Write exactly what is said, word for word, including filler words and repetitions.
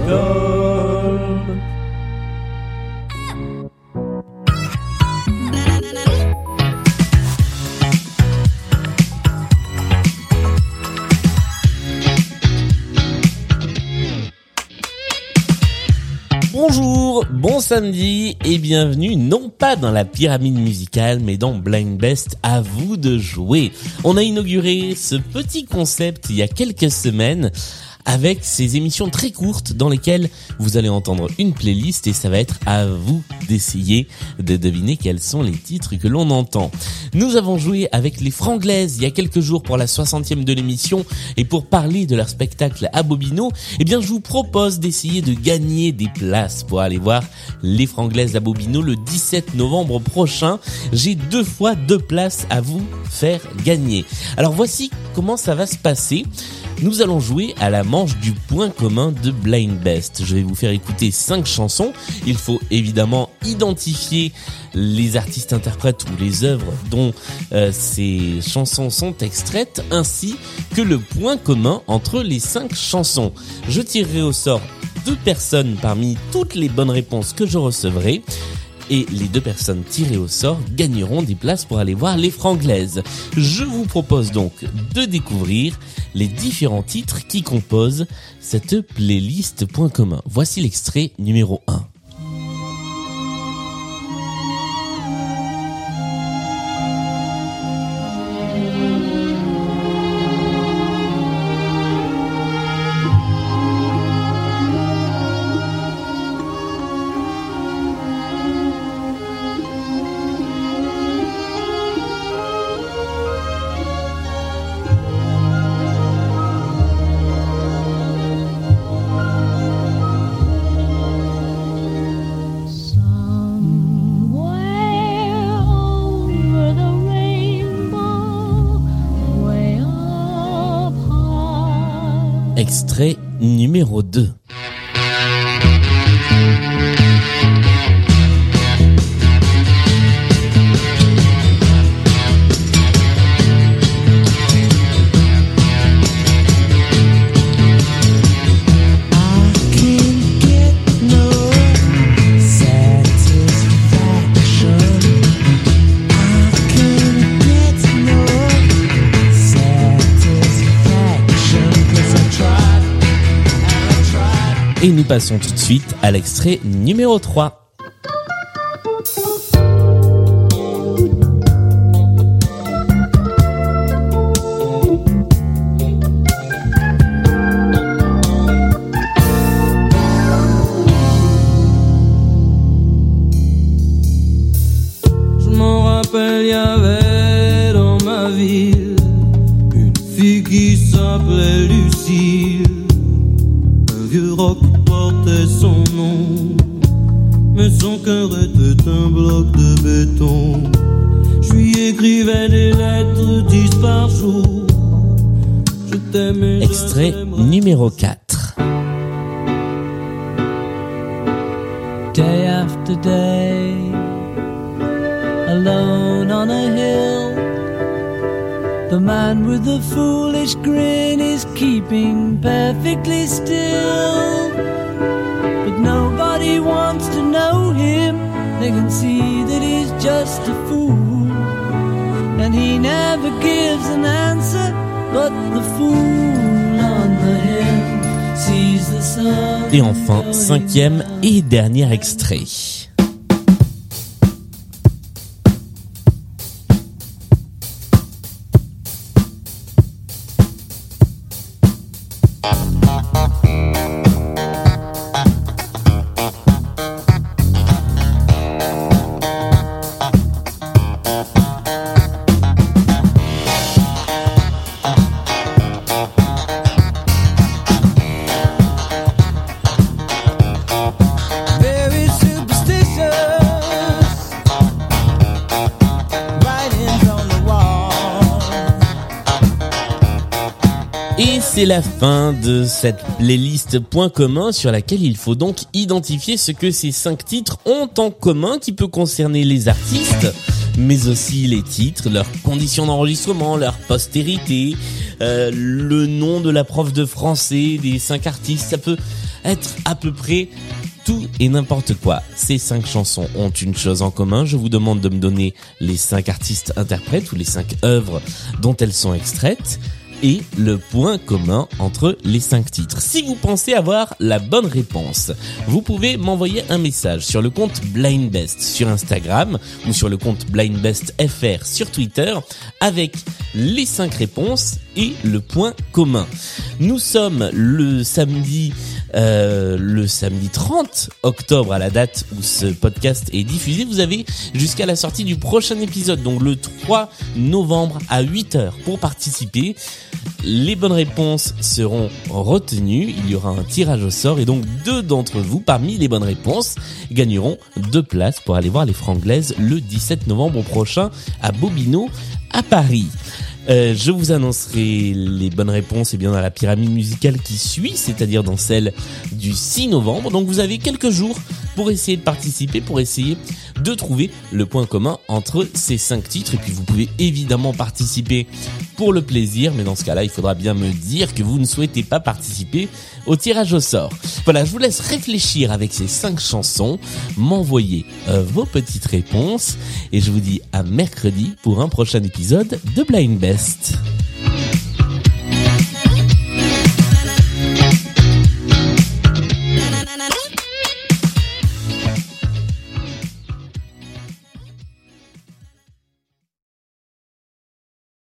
l'école. Bonjour, bon samedi et bienvenue non pas dans la pyramide musicale mais dans Blind Best, à vous de jouer. On a inauguré ce petit concept il y a quelques semaines avec ces émissions très courtes dans lesquelles vous allez entendre une playlist et ça va être à vous d'essayer de deviner quels sont les titres que l'on entend. Nous avons joué avec les Franglaises il y a quelques jours pour la soixantième de l'émission et pour parler de leur spectacle à Bobino, eh bien je vous propose d'essayer de gagner des places pour aller voir les Franglaises à Bobino le dix-sept novembre prochain. J'ai deux fois deux places à vous faire gagner. Alors voici comment ça va se passer. Nous allons jouer à la manche du point commun de Blind Best. Je vais vous faire écouter cinq chansons. Il faut évidemment identifier les artistes interprètes ou les œuvres dont euh, ces chansons sont extraites, ainsi que le point commun entre les cinq chansons. Je tirerai au sort deux personnes parmi toutes les bonnes réponses que je recevrai. Et les deux personnes tirées au sort gagneront des places pour aller voir les Franglaises. Je vous propose donc de découvrir les différents titres qui composent cette playlist point commun. Voici l'extrait numéro un. Extrait numéro deux. Et nous passons tout de suite à l'extrait numéro trois. Je m'en rappelle, il y avait dans ma ville une fille qui s'appelait Lucille. Un vieux roc portait son nom, mais son cœur était un bloc de béton. Je lui écrivais des lettres dix par jour. Je t'aimais. Extrait numéro quatre. Day after day, alone on a hill, the man with the foolish grin is keeping perfectly still. But nobody wants to know him. They can see that he's just a fool, and he never gives an answer. But the fool on the hill sees the sun. Et enfin, cinquième et dernier extrait. Et c'est la fin de cette playlist point commun sur laquelle il faut donc identifier ce que ces cinq titres ont en commun, qui peut concerner les artistes, mais aussi les titres, leurs conditions d'enregistrement, leur postérité, euh, le nom de la prof de français des cinq artistes. Ça peut être à peu près tout et n'importe quoi. Ces cinq chansons ont une chose en commun. Je vous demande de me donner les cinq artistes interprètes ou les cinq œuvres dont elles sont extraites et le point commun entre les cinq titres. Si vous pensez avoir la bonne réponse, vous pouvez m'envoyer un message sur le compte Blind Best sur Instagram ou sur le compte Blind Best F R sur Twitter avec les cinq réponses et le point commun. Nous sommes le samedi Euh, le samedi trente octobre à la date où ce podcast est diffusé. Vous avez jusqu'à la sortie du prochain épisode, donc le trois novembre à huit heures pour participer. Les bonnes réponses seront retenues, il y aura un tirage au sort et donc deux d'entre vous parmi les bonnes réponses gagneront deux places pour aller voir les Franglaises le dix-sept novembre prochain à Bobino à Paris. Euh, je vous annoncerai les bonnes réponses et bien dans la pyramide musicale qui suit, c'est-à-dire dans celle du six novembre. Donc vous avez quelques jours pour essayer de participer, pour essayer de trouver le point commun entre ces cinq titres. Et puis vous pouvez évidemment participer pour le plaisir, mais dans ce cas-là, il faudra bien me dire que vous ne souhaitez pas participer au tirage au sort. Voilà, je vous laisse réfléchir avec ces cinq chansons, m'envoyer euh, vos petites réponses et je vous dis à mercredi pour un prochain épisode de Blind Best.